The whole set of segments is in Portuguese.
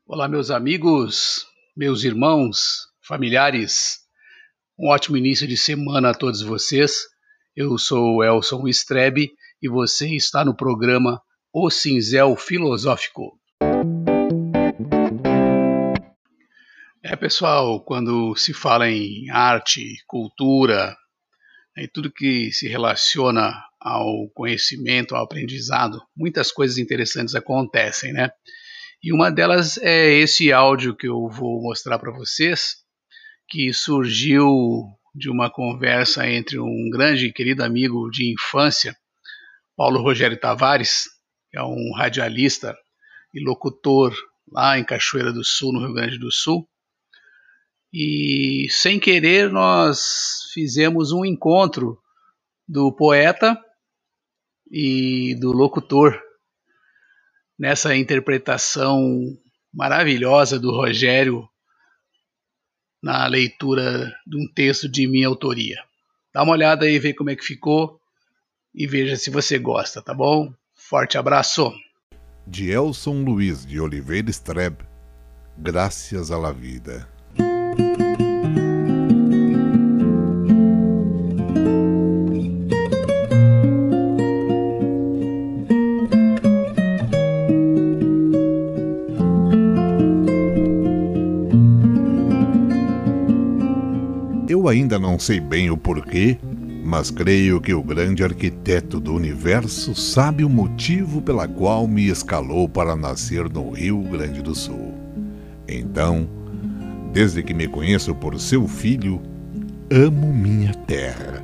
Olá, meus amigos, meus irmãos, familiares. Um ótimo início de semana a todos vocês. Eu sou o Elson Strebe e você está no programa O Cinzel Filosófico. Pessoal, quando se fala em arte, cultura, e tudo que se relaciona ao conhecimento, ao aprendizado, muitas coisas interessantes acontecem, né? E uma delas é esse áudio que eu vou mostrar para vocês, que surgiu de uma conversa entre um grande e querido amigo de infância, Paulo Rogério Tavares, que é um radialista e locutor lá em Cachoeira do Sul, no Rio Grande do Sul. E sem querer nós fizemos um encontro do poeta e do locutor nessa interpretação maravilhosa do Rogério na leitura de um texto de minha autoria. Dá uma olhada aí, vê como é que ficou e veja se você gosta, tá bom? Forte abraço! De Elson Luiz de Oliveira Strebe, Graças à la Vida. Eu ainda não sei bem o porquê, mas creio que o grande arquiteto do universo sabe o motivo pela qual me escalou para nascer no Rio Grande do Sul. Então, desde que me conheço por seu filho, amo minha terra.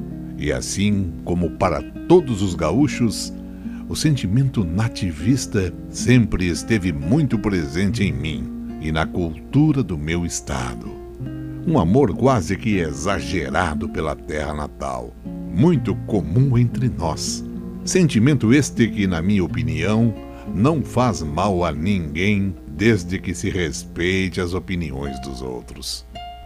E assim como para todos os gaúchos, o sentimento nativista sempre esteve muito presente em mim e na cultura do meu estado. Um amor quase que exagerado pela terra natal, muito comum entre nós. Sentimento este que, na minha opinião, não faz mal a ninguém desde que se respeite as opiniões dos outros.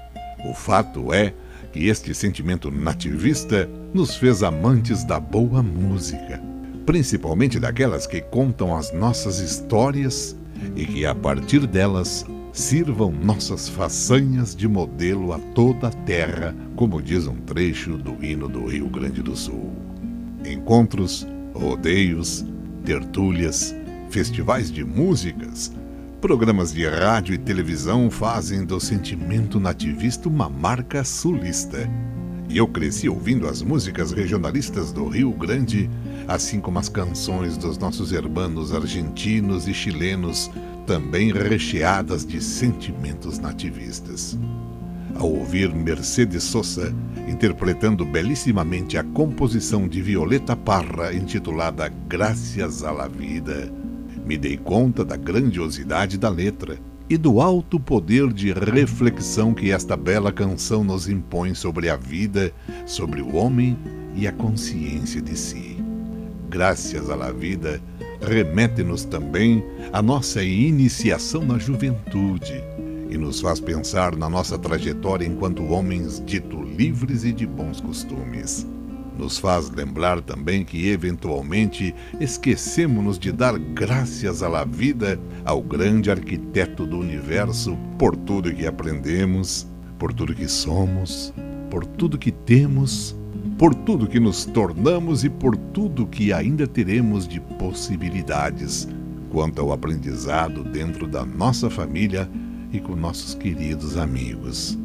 O fato é que este sentimento nativista nos fez amantes da boa música, principalmente daquelas que contam as nossas histórias e que, a partir delas, sirvam nossas façanhas de modelo a toda a terra, como diz um trecho do hino do Rio Grande do Sul. Encontros, rodeios, tertúlias, festivais de músicas, programas de rádio e televisão fazem do sentimento nativista uma marca sulista. E eu cresci ouvindo as músicas regionalistas do Rio Grande, assim como as canções dos nossos irmãos argentinos e chilenos, também recheadas de sentimentos nativistas. Ao ouvir Mercedes Sosa interpretando belíssimamente a composição de Violeta Parra intitulada Graças à la Vida, me dei conta da grandiosidade da letra e do alto poder de reflexão que esta bela canção nos impõe sobre a vida, sobre o homem e a consciência de si. Graças à la Vida remete-nos também à nossa iniciação na juventude e nos faz pensar na nossa trajetória enquanto homens dito livres e de bons costumes. Nos faz lembrar também que, eventualmente, esquecemos-nos de dar graças à la vida ao grande arquiteto do universo por tudo que aprendemos, por tudo que somos, por tudo que temos, por tudo que nos tornamos e por tudo que ainda teremos de possibilidades quanto ao aprendizado dentro da nossa família e com nossos queridos amigos.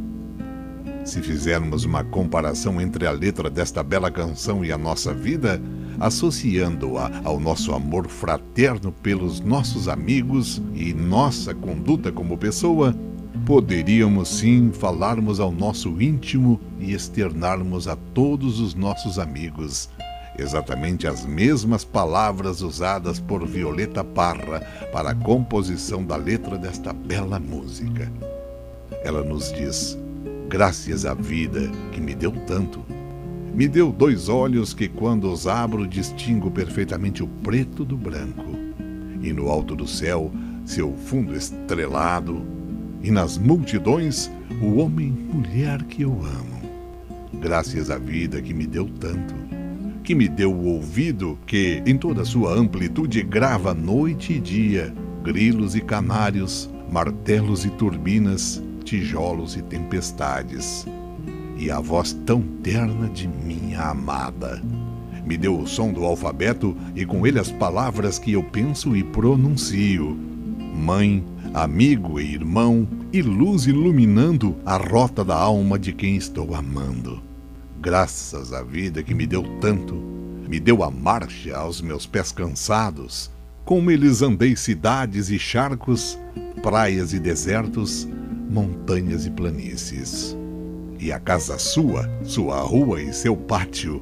Se fizermos uma comparação entre a letra desta bela canção e a nossa vida, associando-a ao nosso amor fraterno pelos nossos amigos e nossa conduta como pessoa, poderíamos sim falarmos ao nosso íntimo e externarmos a todos os nossos amigos exatamente as mesmas palavras usadas por Violeta Parra para a composição da letra desta bela música. Ela nos diz: graças à vida que me deu tanto. Me deu 2 olhos que, quando os abro, distingo perfeitamente o preto do branco. E no alto do céu, seu fundo estrelado. E nas multidões, o homem e mulher que eu amo. Graças à vida que me deu tanto. Que me deu o ouvido que, em toda a sua amplitude, grava noite e dia, grilos e canários, martelos e turbinas, tijolos e tempestades, e a voz tão terna de minha amada. Me deu o som do alfabeto e com ele as palavras que eu penso e pronuncio. Mãe, amigo e irmão, e luz iluminando a rota da alma de quem estou amando. Graças à vida que me deu tanto, me deu a marcha aos meus pés cansados. Com eles andei cidades e charcos, praias e desertos, montanhas e planícies. E a casa sua, sua rua e seu pátio.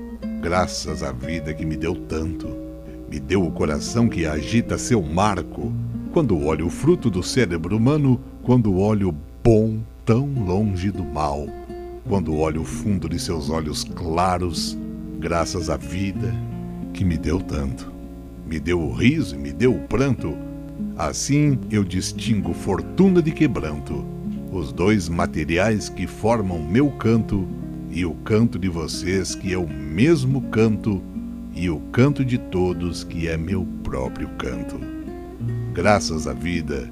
Graças à vida que me deu tanto, me deu o coração que agita seu marco, quando olho o fruto do cérebro humano, quando olho o bom tão longe do mal, quando olho o fundo de seus olhos claros, graças à vida que me deu tanto. Me deu o riso e me deu o pranto, assim eu distingo fortuna de quebranto, os dois materiais que formam meu canto, e o canto de vocês que é o mesmo canto, e o canto de todos que é meu próprio canto. Graças à vida,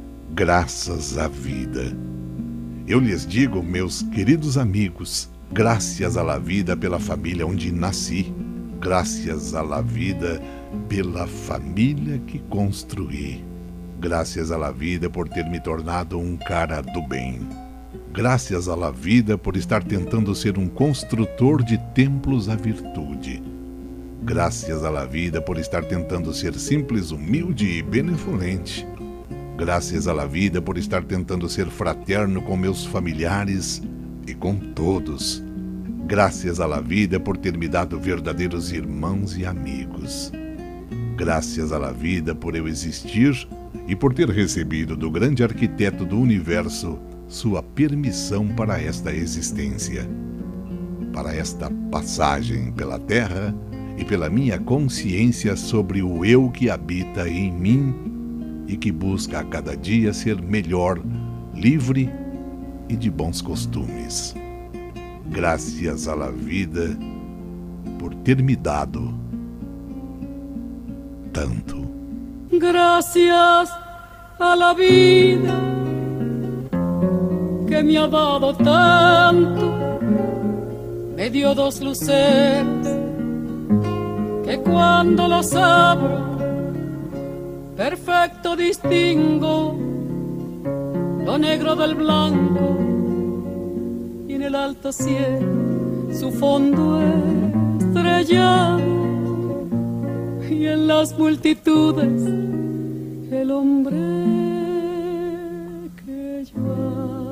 graças à vida. Eu lhes digo, meus queridos amigos, graças à vida pela família onde nasci, graças à vida pela família que construí, graças à vida por ter me tornado um cara do bem. Graças à vida por estar tentando ser um construtor de templos à virtude. Graças à vida por estar tentando ser simples, humilde e benevolente. Graças à vida por estar tentando ser fraterno com meus familiares e com todos. Graças à vida por ter me dado verdadeiros irmãos e amigos. Graças à vida por eu existir e por ter recebido do grande arquiteto do universo sua permissão para esta existência, para esta passagem pela Terra e pela minha consciência sobre o eu que habita em mim e que busca a cada dia ser melhor, livre e de bons costumes. Graças à vida por ter me dado tanto. Gracias a la vida que me ha dado tanto, me dio dos luceros que cuando los abro perfecto distingo lo negro del blanco, y en el alto cielo su fondo estrellado, y en las multitudes el hombre que yo amo.